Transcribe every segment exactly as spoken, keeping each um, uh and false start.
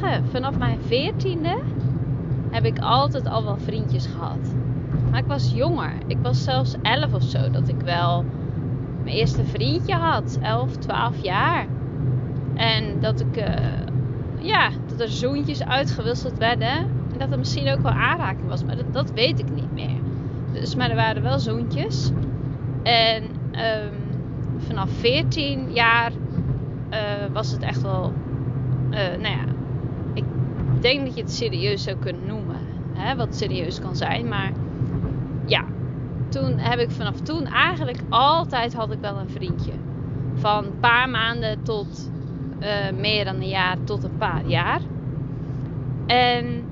zeggen, vanaf mijn veertiende heb ik altijd al wel vriendjes gehad. Maar ik was jonger. Ik was zelfs elf of zo dat ik wel mijn eerste vriendje had. elf, twaalf jaar. En dat ik, uh, ja, dat er zoentjes uitgewisseld werden. En dat er misschien ook wel aanraking was. Maar dat, dat weet ik niet meer. Dus, maar er waren wel zoentjes. En um, vanaf veertien jaar uh, was het echt wel, uh, nou ja, ik denk dat je het serieus zou kunnen noemen. Hè, wat serieus kan zijn. Maar ja, toen heb ik vanaf toen eigenlijk altijd had ik wel een vriendje. Van een paar maanden tot uh, meer dan een jaar tot een paar jaar. En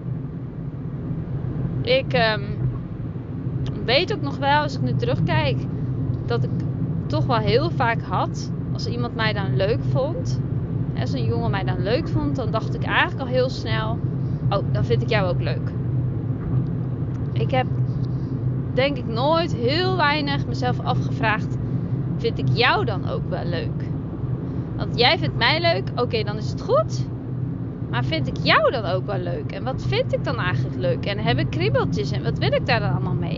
ik um, weet ook nog wel, als ik nu terugkijk, dat ik toch wel heel vaak had, als iemand mij dan leuk vond, als een jongen mij dan leuk vond, dan dacht ik eigenlijk al heel snel, oh, dan vind ik jou ook leuk. Ik heb, denk ik, nooit heel weinig mezelf afgevraagd, vind ik jou dan ook wel leuk? Want jij vindt mij leuk, oké, okay, dan is het goed. Maar vind ik jou dan ook wel leuk? En wat vind ik dan eigenlijk leuk? En heb ik kriebeltjes en wat wil ik daar dan allemaal mee?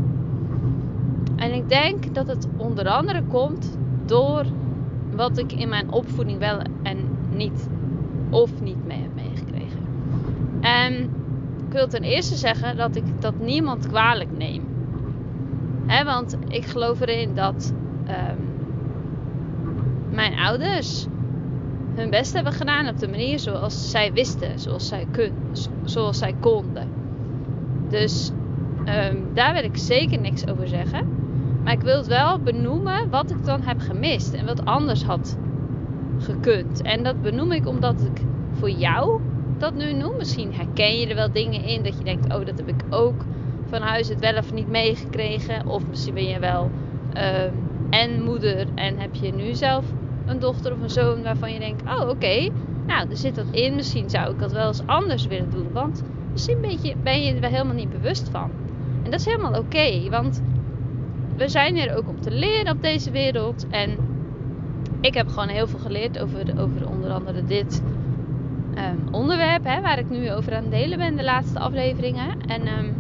En ik denk dat het onder andere komt door wat ik in mijn opvoeding wel en niet of niet mee heb meegekregen. En ik wil ten eerste zeggen dat ik dat niemand kwalijk neem. He, want ik geloof erin dat um, mijn ouders hun best hebben gedaan op de manier zoals zij wisten, zoals zij, kun, zoals zij konden. Dus um, daar wil ik zeker niks over zeggen. Maar ik wil het wel benoemen wat ik dan heb gemist en wat anders had gekund. En dat benoem ik omdat ik voor jou dat nu noem. Misschien herken je er wel dingen in dat je denkt, oh, dat heb ik ook van huis het wel of niet meegekregen. Of misschien ben je wel um, en moeder en heb je nu zelf een dochter of een zoon waarvan je denkt, oh, oké, okay, nou, er zit dat in. Misschien zou ik dat wel eens anders willen doen. Want misschien ben je, ben je er wel helemaal niet bewust van. En dat is helemaal oké, okay, want we zijn er ook om te leren op deze wereld. En ik heb gewoon heel veel geleerd over, over onder andere dit um, onderwerp. Hè, waar ik nu over aan het delen ben, de laatste afleveringen. En um,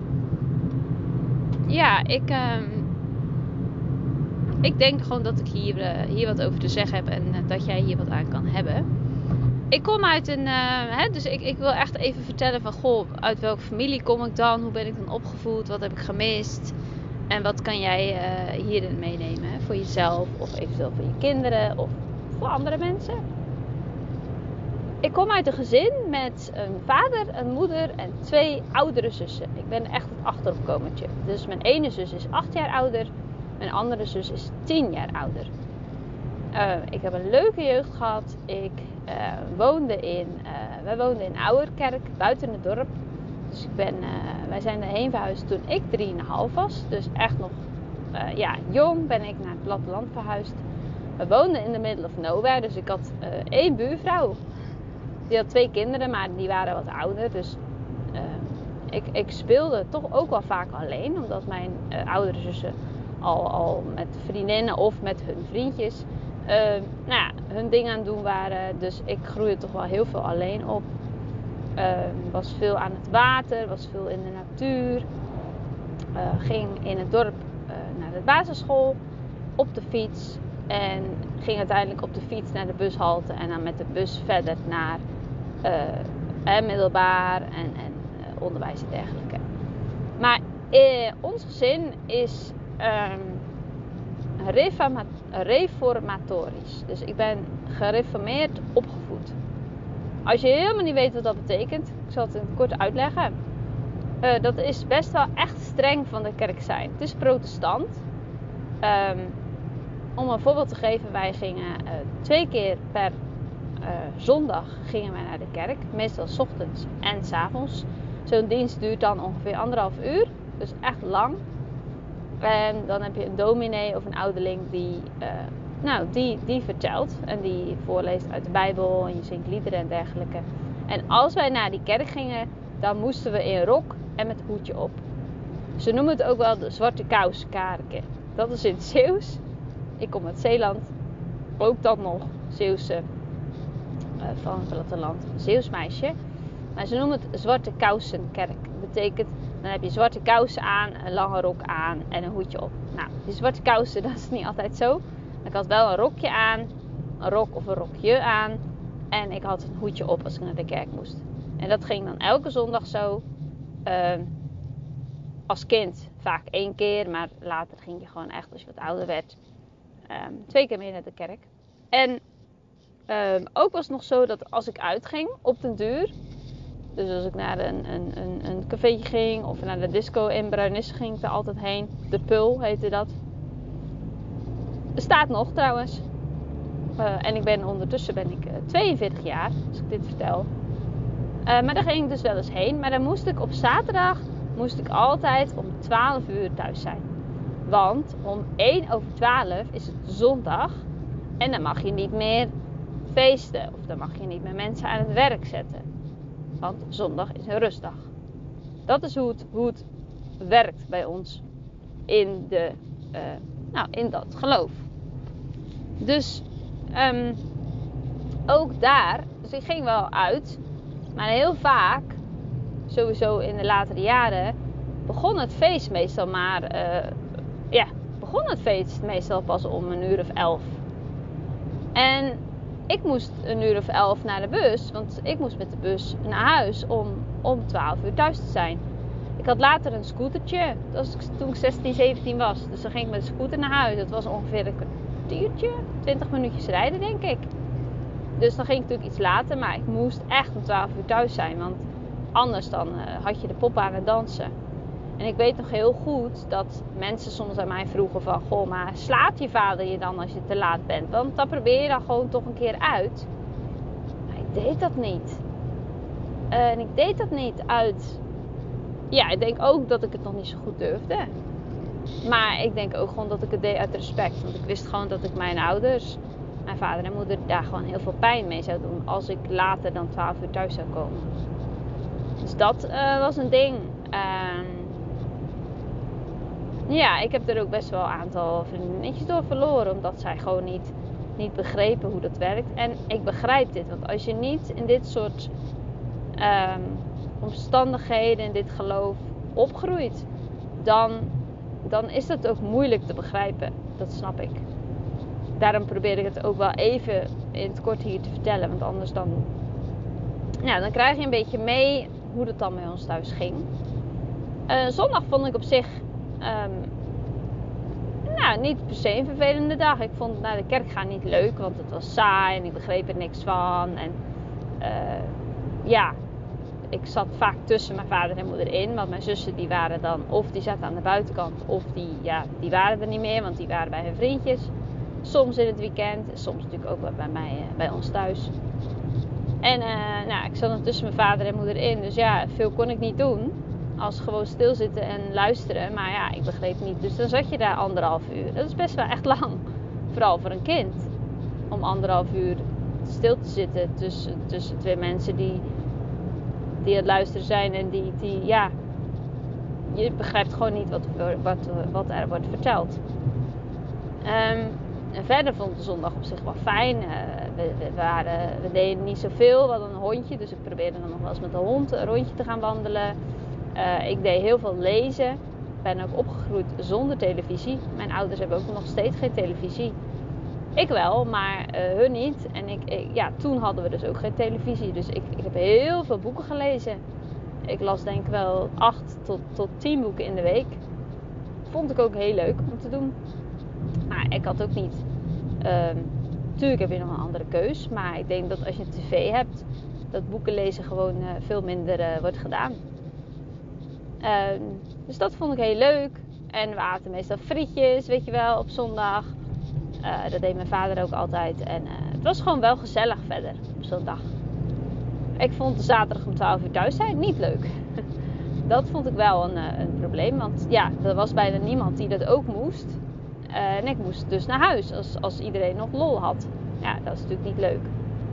ja, ik, um, ik denk gewoon dat ik hier, uh, hier wat over te zeggen heb. En uh, dat jij hier wat aan kan hebben. Ik kom uit een, uh, hè, dus ik, ik wil echt even vertellen van, goh, uit welke familie kom ik dan? Hoe ben ik dan opgevoed? Wat heb ik gemist? En wat kan jij uh, hierin meenemen? Hè? Voor jezelf of eventueel voor je kinderen of voor andere mensen. Ik kom uit een gezin met een vader, een moeder en twee oudere zussen. Ik ben echt het achteropkomertje. Dus mijn ene zus is acht jaar ouder. Mijn andere zus is tien jaar ouder. Uh, ik heb een leuke jeugd gehad. Ik uh, woonde in, uh, wij woonden in Ouwerkerk, buiten het dorp. Dus ik ben, uh, wij zijn erheen verhuisd toen ik drieënhalf was. Dus echt nog uh, ja, jong ben ik naar het platteland verhuisd. We woonden in the middle of nowhere. Dus ik had uh, één buurvrouw. Die had twee kinderen, maar die waren wat ouder. Dus uh, ik, ik speelde toch ook wel vaak alleen. Omdat mijn uh, oudere zussen al, al met vriendinnen of met hun vriendjes uh, nou ja, hun ding aan het doen waren. Dus ik groeide toch wel heel veel alleen op. Uh, was veel aan het water, was veel in de natuur. Uh, ging in het dorp uh, naar de basisschool op de fiets. En ging uiteindelijk op de fiets naar de bushalte. En dan met de bus verder naar uh, middelbaar en, en uh, onderwijs en dergelijke. Maar uh, ons gezin is um, reformatorisch. Dus ik ben gereformeerd opgevoed. Als je helemaal niet weet wat dat betekent, ik zal het in het kort uitleggen. Uh, dat is best wel echt streng van de kerk zijn. Het is protestant. Um, om een voorbeeld te geven, wij gingen uh, twee keer per uh, zondag gingen wij naar de kerk. Meestal 's ochtends en 's avonds. Zo'n dienst duurt dan ongeveer anderhalf uur. Dus echt lang. En dan heb je een dominee of een ouderling die, uh, nou, die, die vertelt. En die voorleest uit de Bijbel. En je zingt liederen en dergelijke. En als wij naar die kerk gingen, dan moesten we in rok en met hoedje op. Ze noemen het ook wel de zwarte kousenkarken. Dat is in het Zeeuws. Ik kom uit Zeeland. Ook dan nog Zeeuwse uh, van het platteland. Zeeuws meisje. Maar ze noemen het zwarte kousenkerk. Dat betekent, dan heb je zwarte kousen aan, een lange rok aan en een hoedje op. Nou, die zwarte kousen, dat is niet altijd zo. Ik had wel een rokje aan, een rok of een rokje aan. En ik had een hoedje op als ik naar de kerk moest. En dat ging dan elke zondag zo. Uh, als kind vaak één keer, maar later ging je gewoon echt, als je wat ouder werd, um, twee keer mee naar de kerk. En um, ook was het nog zo dat als ik uitging op den duur, dus als ik naar een, een, een, een cafeetje ging of naar de disco in Bruinisse ging ik er altijd heen. De Pul heette dat. Bestaat nog trouwens. Uh, en ik ben ondertussen ben ik uh, tweeënveertig jaar, als ik dit vertel. Uh, maar daar ging ik dus wel eens heen. Maar dan moest ik op zaterdag moest ik altijd om twaalf uur thuis zijn. Want om één over twaalf is het zondag. En dan mag je niet meer feesten. Of dan mag je niet meer mensen aan het werk zetten. Want zondag is een rustdag. Dat is hoe het, hoe het werkt bij ons. In, de, uh, nou, in dat geloof. Dus um, ook daar. Dus ik ging wel uit. Maar heel vaak, sowieso in de latere jaren, begon het feest meestal maar, uh, ja, begon het feest meestal pas om een uur of elf. En ik moest een uur of elf naar de bus, want ik moest met de bus naar huis om, om twaalf uur thuis te zijn. Ik had later een scootertje, dat was toen ik zestien, zeventien was. Dus dan ging ik met de scooter naar huis. Dat was ongeveer een kwartiertje, twintig minuutjes rijden denk ik. Dus dan ging ik natuurlijk iets later, maar ik moest echt om twaalf uur thuis zijn. Want anders dan uh, had je de pop aan het dansen. En ik weet nog heel goed dat mensen soms aan mij vroegen van... Goh, maar slaat je vader je dan als je te laat bent? Want dan probeer je dan gewoon toch een keer uit. Maar ik deed dat niet. Uh, en ik deed dat niet uit... Ja, ik denk ook dat ik het nog niet zo goed durfde. Maar ik denk ook gewoon dat ik het deed uit respect. Want ik wist gewoon dat ik mijn ouders... Mijn vader en moeder daar gewoon heel veel pijn mee zou doen als ik later dan twaalf uur thuis zou komen. Dus dat uh, was een ding. Uh, ja, ik heb er ook best wel een aantal vriendinnetjes door verloren. Omdat zij gewoon niet, niet begrepen hoe dat werkt. En ik begrijp dit. Want als je niet in dit soort um, omstandigheden, in dit geloof opgroeit. Dan, dan is dat ook moeilijk te begrijpen. Dat snap ik. Daarom probeer ik het ook wel even in het kort hier te vertellen. Want anders dan... Ja, dan krijg je een beetje mee hoe het dan bij ons thuis ging. Uh, zondag vond ik op zich... Um, nou, niet per se een vervelende dag. Ik vond naar de kerk gaan niet leuk. Want het was saai en ik begreep er niks van. En uh, ja... Ik zat vaak tussen mijn vader en moeder in. Want mijn zussen die waren dan... Of die zaten aan de buitenkant. Of die, ja, die waren er niet meer. Want die waren bij hun vriendjes. Soms in het weekend. Soms natuurlijk ook bij, mij, bij ons thuis. En uh, nou, ik zat dan tussen mijn vader en moeder in. Dus ja, veel kon ik niet doen. Als gewoon stilzitten en luisteren. Maar ja, ik begreep niet. Dus dan zat je daar anderhalf uur. Dat is best wel echt lang. Vooral voor een kind. Om anderhalf uur stil te zitten tussen, tussen twee mensen die... die aan het luisteren zijn en die, die ja, je begrijpt gewoon niet wat, wat, wat er wordt verteld. Um, en verder vond ik de zondag op zich wel fijn. Uh, we, we, waren, we deden niet zoveel, we hadden een hondje, dus ik probeerde dan nog wel eens met de hond een rondje te gaan wandelen. Uh, ik deed heel veel lezen. Ik ben ook opgegroeid zonder televisie. Mijn ouders hebben ook nog steeds geen televisie. Ik wel, maar uh, hun niet. En ik, ik, ja, toen hadden we dus ook geen televisie. Dus ik, ik heb heel veel boeken gelezen. Ik las denk ik wel acht tot, tot tien boeken in de week. Vond ik ook heel leuk om te doen. Maar ik had ook niet... Um, tuurlijk heb je nog een andere keus. Maar ik denk dat als je een tv hebt... dat boeken lezen gewoon uh, veel minder uh, wordt gedaan. Um, dus dat vond ik heel leuk. En we aten meestal frietjes, weet je wel, op zondag. Uh, dat deed mijn vader ook altijd. En uh, het was gewoon wel gezellig verder op zo'n dag. Ik vond de zaterdag om twaalf uur thuis zijn niet leuk. Dat vond ik wel een, uh, een probleem. Want ja, er was bijna niemand die dat ook moest. Uh, en ik moest dus naar huis als, als iedereen nog lol had. Ja, dat is natuurlijk niet leuk.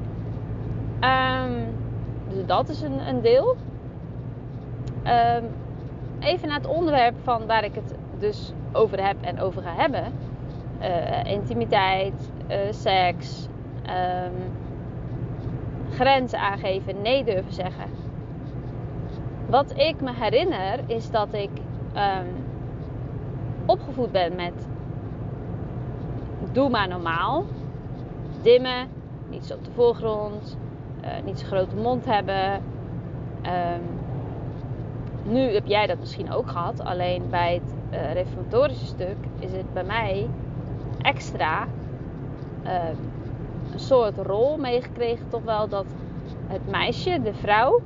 Um, dus dat is een, een deel. Um, even naar het onderwerp van waar ik het dus over heb en over ga hebben. Uh, intimiteit, uh, seks, um, grenzen aangeven, nee durven zeggen. wat ik me herinner is dat ik um, opgevoed ben met doe maar normaal, dimmen, niet zo op de voorgrond, uh, niet zo'n grote mond hebben. Um, nu heb jij dat misschien ook gehad, alleen bij het uh, reformatorische stuk is het bij mij extra uh, een soort rol meegekregen, toch wel dat het meisje, de vrouw,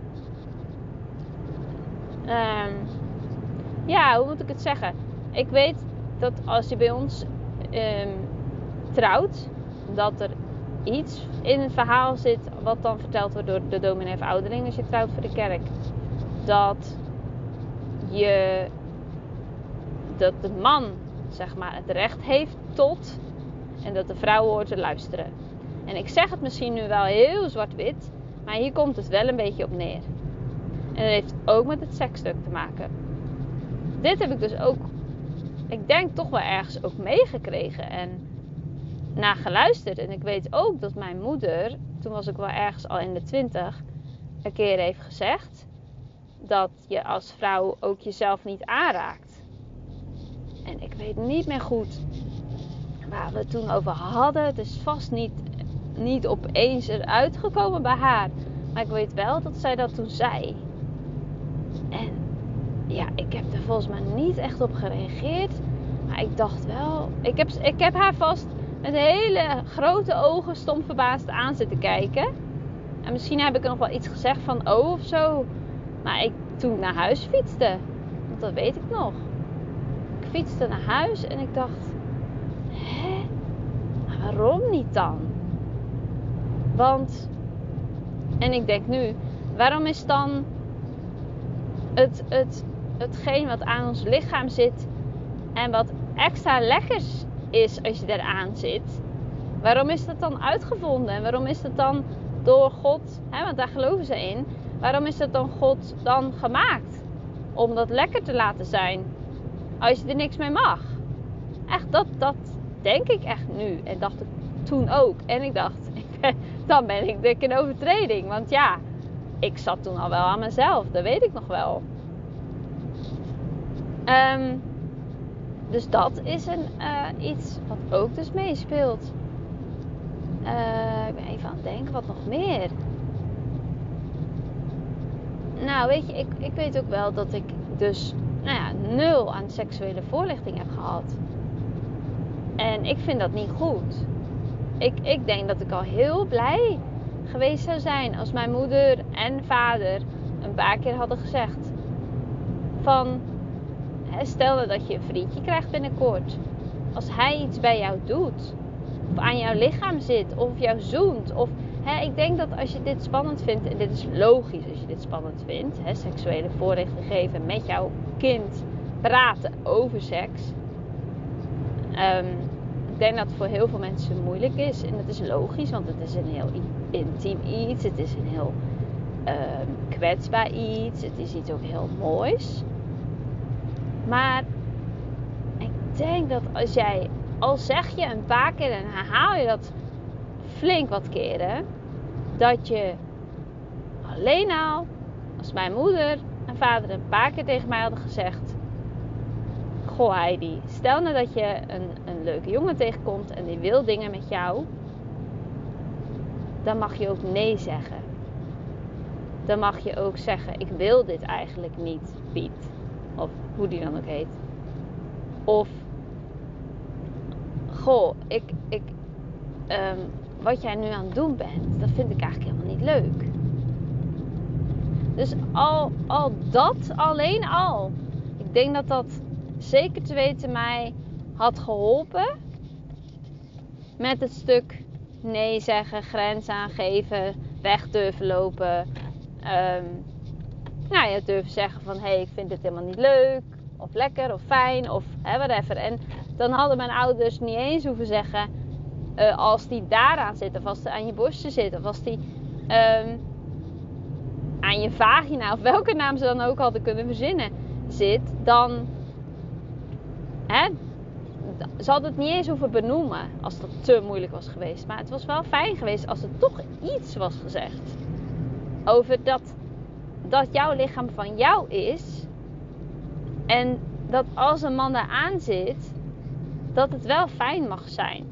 um, ja, hoe moet ik het zeggen? Ik weet dat als je bij ons um, trouwt, dat er iets in het verhaal zit wat dan verteld wordt door de dominee of ouderling als je trouwt voor de kerk. Dat je, dat de man, zeg maar, het recht heeft tot en dat de vrouw hoort te luisteren. En ik zeg het misschien nu wel heel zwart-wit, maar hier komt het wel een beetje op neer. En dat heeft ook met het seksstuk te maken. Dit heb ik dus ook, ik denk toch wel ergens ook meegekregen en naar geluisterd. En ik weet ook dat mijn moeder, toen was ik wel ergens al in de twintig, een keer heeft gezegd dat je als vrouw ook jezelf niet aanraakt. En ik weet niet meer goed waar we het toen over hadden. Het is vast niet, niet opeens eruit gekomen bij haar. Maar ik weet wel dat zij dat toen zei. En ja, ik heb er volgens mij niet echt op gereageerd. Maar ik dacht wel, ik heb, ik heb haar vast met hele grote ogen stom verbaasd aan zitten kijken. En misschien heb ik er nog wel iets gezegd van oh of zo. Maar ik, toen ik naar huis fietste, want dat weet ik nog. Ik fietste naar huis en ik dacht, hè? Maar waarom niet dan? Want, en ik denk nu, waarom is dan het, het, hetgeen wat aan ons lichaam zit en wat extra lekkers is als je eraan zit, waarom is dat dan uitgevonden? En waarom is dat dan door God, hè, want daar geloven ze in, waarom is dat dan God dan gemaakt? Om dat lekker te laten zijn, als je er niks mee mag. Echt, dat, dat denk ik echt nu. En dacht ik toen ook. En ik dacht, dan ben ik dik in overtreding. Want ja, ik zat toen al wel aan mezelf. Dat weet ik nog wel. Um, dus dat is een, uh, iets wat ook dus meespeelt. Uh, ik ben even aan het denken, wat nog meer? Nou, weet je, ik, ik weet ook wel dat ik dus nou ja, nul aan seksuele voorlichting heb gehad. En ik vind dat niet goed. Ik, ik denk dat ik al heel blij geweest zou zijn als mijn moeder en vader een paar keer hadden gezegd van, stel dat je een vriendje krijgt binnenkort. Als hij iets bij jou doet, of aan jouw lichaam zit, of jou zoent, of He, ik denk dat als je dit spannend vindt, en dit is logisch als je dit spannend vindt, he, seksuele voorlichting geven met jouw kind, praten over seks. Um, ik denk dat het voor heel veel mensen moeilijk is en dat is logisch, want het is een heel intiem iets, het is een heel um, kwetsbaar iets, het is iets ook heel moois. Maar ik denk dat als jij, al zeg je een paar keer en herhaal je dat flink wat keren, dat je alleen al, als mijn moeder en vader een paar keer tegen mij hadden gezegd, goh Heidi, stel nou dat je een, een leuke jongen tegenkomt en die wil dingen met jou, dan mag je ook nee zeggen. Dan mag je ook zeggen, ik wil dit eigenlijk niet, Piet. Of hoe die dan ook heet. Of, goh, ik, ik, um, wat jij nu aan het doen bent, dat vind ik eigenlijk helemaal niet leuk. Dus al, al dat, alleen al. Ik denk dat dat zeker te weten mij had geholpen. Met het stuk nee zeggen, grens aangeven, weg durven lopen. Um, nou ja, durven zeggen van, hé, hey, ik vind dit helemaal niet leuk. Of lekker, of fijn, of hè, whatever. En dan hadden mijn ouders niet eens hoeven zeggen, uh, als die daaraan zit, of als die aan je borstje zit, of als die um, aan je vagina, of welke naam ze dan ook hadden kunnen verzinnen, zit, dan, hè, ze hadden het niet eens hoeven benoemen als dat te moeilijk was geweest. Maar het was wel fijn geweest als er toch iets was gezegd over dat dat jouw lichaam van jou is. En dat als een man daar aan zit, dat het wel fijn mag zijn.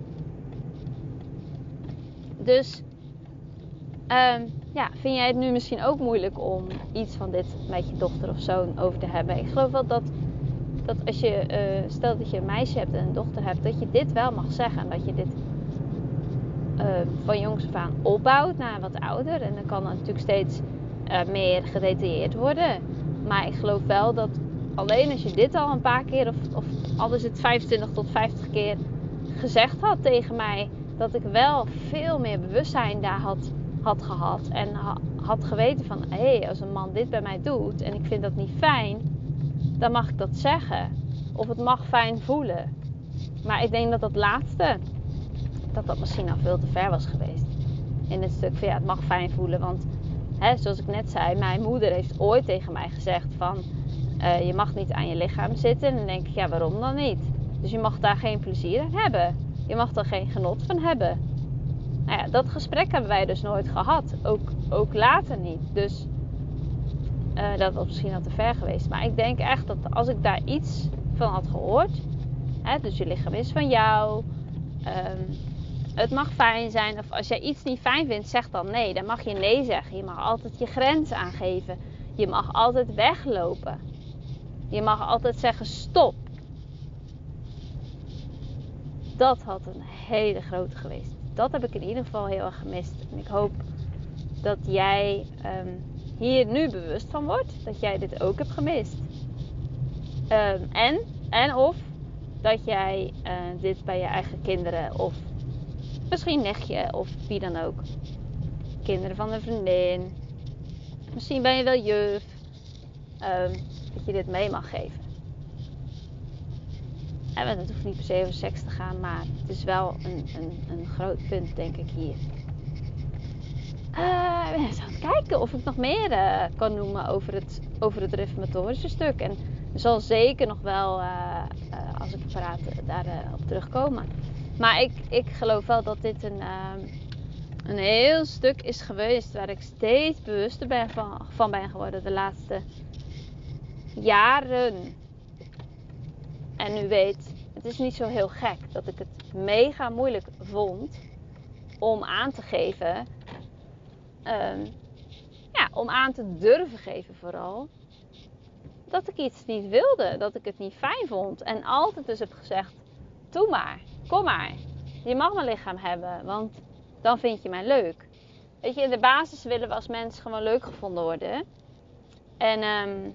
Dus um, ja, vind jij het nu misschien ook moeilijk om iets van dit met je dochter of zoon over te hebben? Ik geloof wel dat, dat als je, uh, stel dat je een meisje hebt en een dochter hebt, dat je dit wel mag zeggen. En dat je dit uh, van jongs af aan opbouwt naar wat ouder. En dan kan het natuurlijk steeds uh, meer gedetailleerd worden. Maar ik geloof wel dat alleen als je dit al een paar keer, of, of al is het vijfentwintig tot vijftig keer gezegd had tegen mij, dat ik wel veel meer bewustzijn daar had, had gehad. En ha, had geweten van, hé, hey, als een man dit bij mij doet en ik vind dat niet fijn, dan mag ik dat zeggen. Of het mag fijn voelen. Maar ik denk dat dat laatste, dat dat misschien al veel te ver was geweest. In het stuk van, ja, het mag fijn voelen. Want, hè, zoals ik net zei, mijn moeder heeft ooit tegen mij gezegd van, uh, je mag niet aan je lichaam zitten. En dan denk ik, ja, waarom dan niet? Dus je mag daar geen plezier aan hebben. Je mag er geen genot van hebben. Nou ja, dat gesprek hebben wij dus nooit gehad. Ook, ook later niet. Dus uh, dat was misschien al te ver geweest. Maar ik denk echt dat als ik daar iets van had gehoord. Hè, dus je lichaam is van jou. Um, het mag fijn zijn. Of als jij iets niet fijn vindt, zeg dan nee. Dan mag je nee zeggen. Je mag altijd je grens aangeven. Je mag altijd weglopen. Je mag altijd zeggen stop. Dat had een hele grote geweest. Dat heb ik in ieder geval heel erg gemist. En ik hoop dat jij um, hier nu bewust van wordt. Dat jij dit ook hebt gemist. Um, en, en of dat jij uh, dit bij je eigen kinderen of misschien nichtje of wie dan ook. Kinderen van een vriendin. Misschien ben je wel juf. Um, dat je dit mee mag geven. En het hoeft niet per se over seks te gaan, maar het is wel een, een, een groot punt, denk ik, hier. Uh, ik ben eens aan het kijken of ik nog meer uh, kan noemen over het, over het reformatorische stuk. En er zal zeker nog wel, uh, uh, als ik praat, daarop uh, terugkomen. Maar ik, ik geloof wel dat dit een, uh, een heel stuk is geweest waar ik steeds bewuster ben van, van ben geworden de laatste jaren. En u weet, het is niet zo heel gek dat ik het mega moeilijk vond om aan te geven, um, ja, om aan te durven geven vooral, dat ik iets niet wilde, dat ik het niet fijn vond. En altijd dus heb gezegd, doe maar, kom maar, je mag mijn lichaam hebben, want dan vind je mij leuk. Weet je, in de basis willen we als mens gewoon leuk gevonden worden. En um,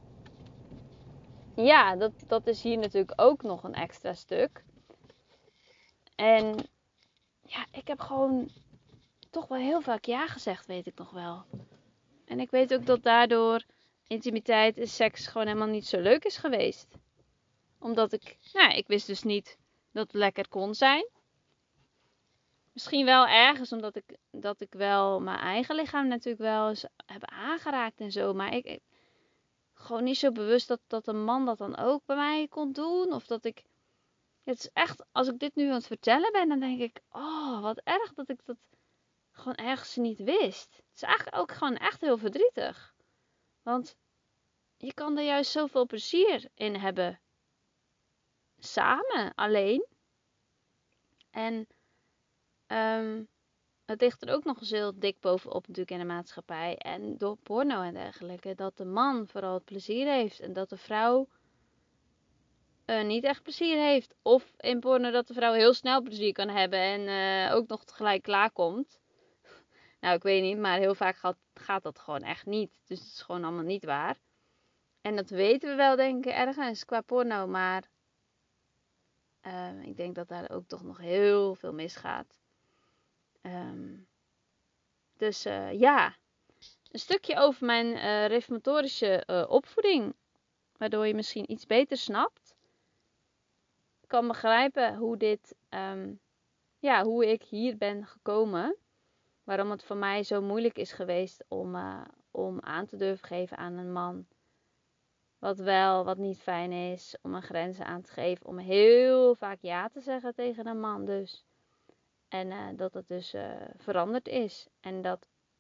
ja, dat, dat is hier natuurlijk ook nog een extra stuk. En ja, ik heb gewoon toch wel heel vaak ja gezegd, weet ik nog wel. En ik weet ook dat daardoor intimiteit en seks gewoon helemaal niet zo leuk is geweest. Omdat ik, nou, ik wist dus niet dat het lekker kon zijn. Misschien wel ergens omdat ik, dat ik wel mijn eigen lichaam natuurlijk wel eens heb aangeraakt en zo. Maar ik, ik gewoon niet zo bewust dat, dat een man dat dan ook bij mij kon doen. Of dat ik, het is echt, als ik dit nu aan het vertellen ben, dan denk ik, oh, wat erg dat ik dat gewoon ergens niet wist. Het is eigenlijk ook gewoon echt heel verdrietig. Want je kan er juist zoveel plezier in hebben. Samen, alleen. En um, het ligt er ook nog eens heel dik bovenop natuurlijk in de maatschappij. En door porno en dergelijke. Dat de man vooral het plezier heeft. En dat de vrouw uh, niet echt plezier heeft. Of in porno dat de vrouw heel snel plezier kan hebben. En uh, ook nog tegelijk klaarkomt. Nou, ik weet niet, maar heel vaak gaat, gaat dat gewoon echt niet. Dus het is gewoon allemaal niet waar. En dat weten we wel, denk ik, ergens qua porno. Maar uh, ik denk dat daar ook toch nog heel veel misgaat. Um, dus uh, ja, een stukje over mijn uh, reformatorische uh, opvoeding. Waardoor je misschien iets beter snapt. Ik kan begrijpen hoe dit, um, ja, hoe ik hier ben gekomen. Waarom het voor mij zo moeilijk is geweest om, uh, om aan te durven geven aan een man. Wat wel, wat niet fijn is. Om een grenzen aan te geven. Om heel vaak ja te zeggen tegen een man dus. En uh, dat het dus uh, veranderd is. En dat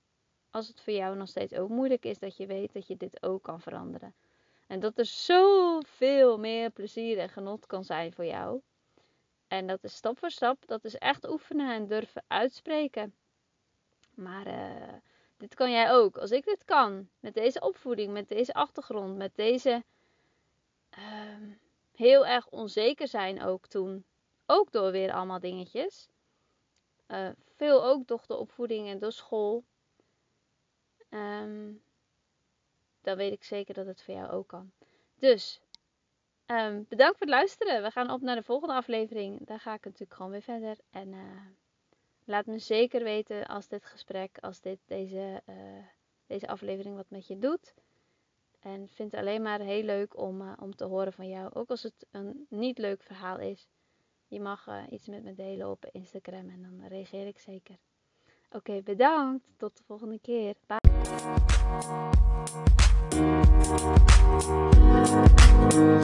als het voor jou nog steeds ook moeilijk is, dat je weet dat je dit ook kan veranderen. En dat er zoveel meer plezier en genot kan zijn voor jou. En dat is stap voor stap. Dat is echt oefenen en durven uitspreken. Maar uh, dit kan jij ook. Als ik dit kan. Met deze opvoeding. Met deze achtergrond. Met deze uh, heel erg onzeker zijn ook toen. Ook door weer allemaal dingetjes. Uh, veel ook door de opvoeding en door school. Um, dan weet ik zeker dat het voor jou ook kan. Dus, um, bedankt voor het luisteren. We gaan op naar de volgende aflevering. Daar ga ik natuurlijk gewoon weer verder. En uh, laat me zeker weten als dit gesprek, als dit, deze, uh, deze aflevering wat met je doet. En vind het alleen maar heel leuk om, uh, om te horen van jou. Ook als het een niet leuk verhaal is. Je mag uh, iets met me delen op Instagram en dan reageer ik zeker. Oké, okay, bedankt. Tot de volgende keer. Bye.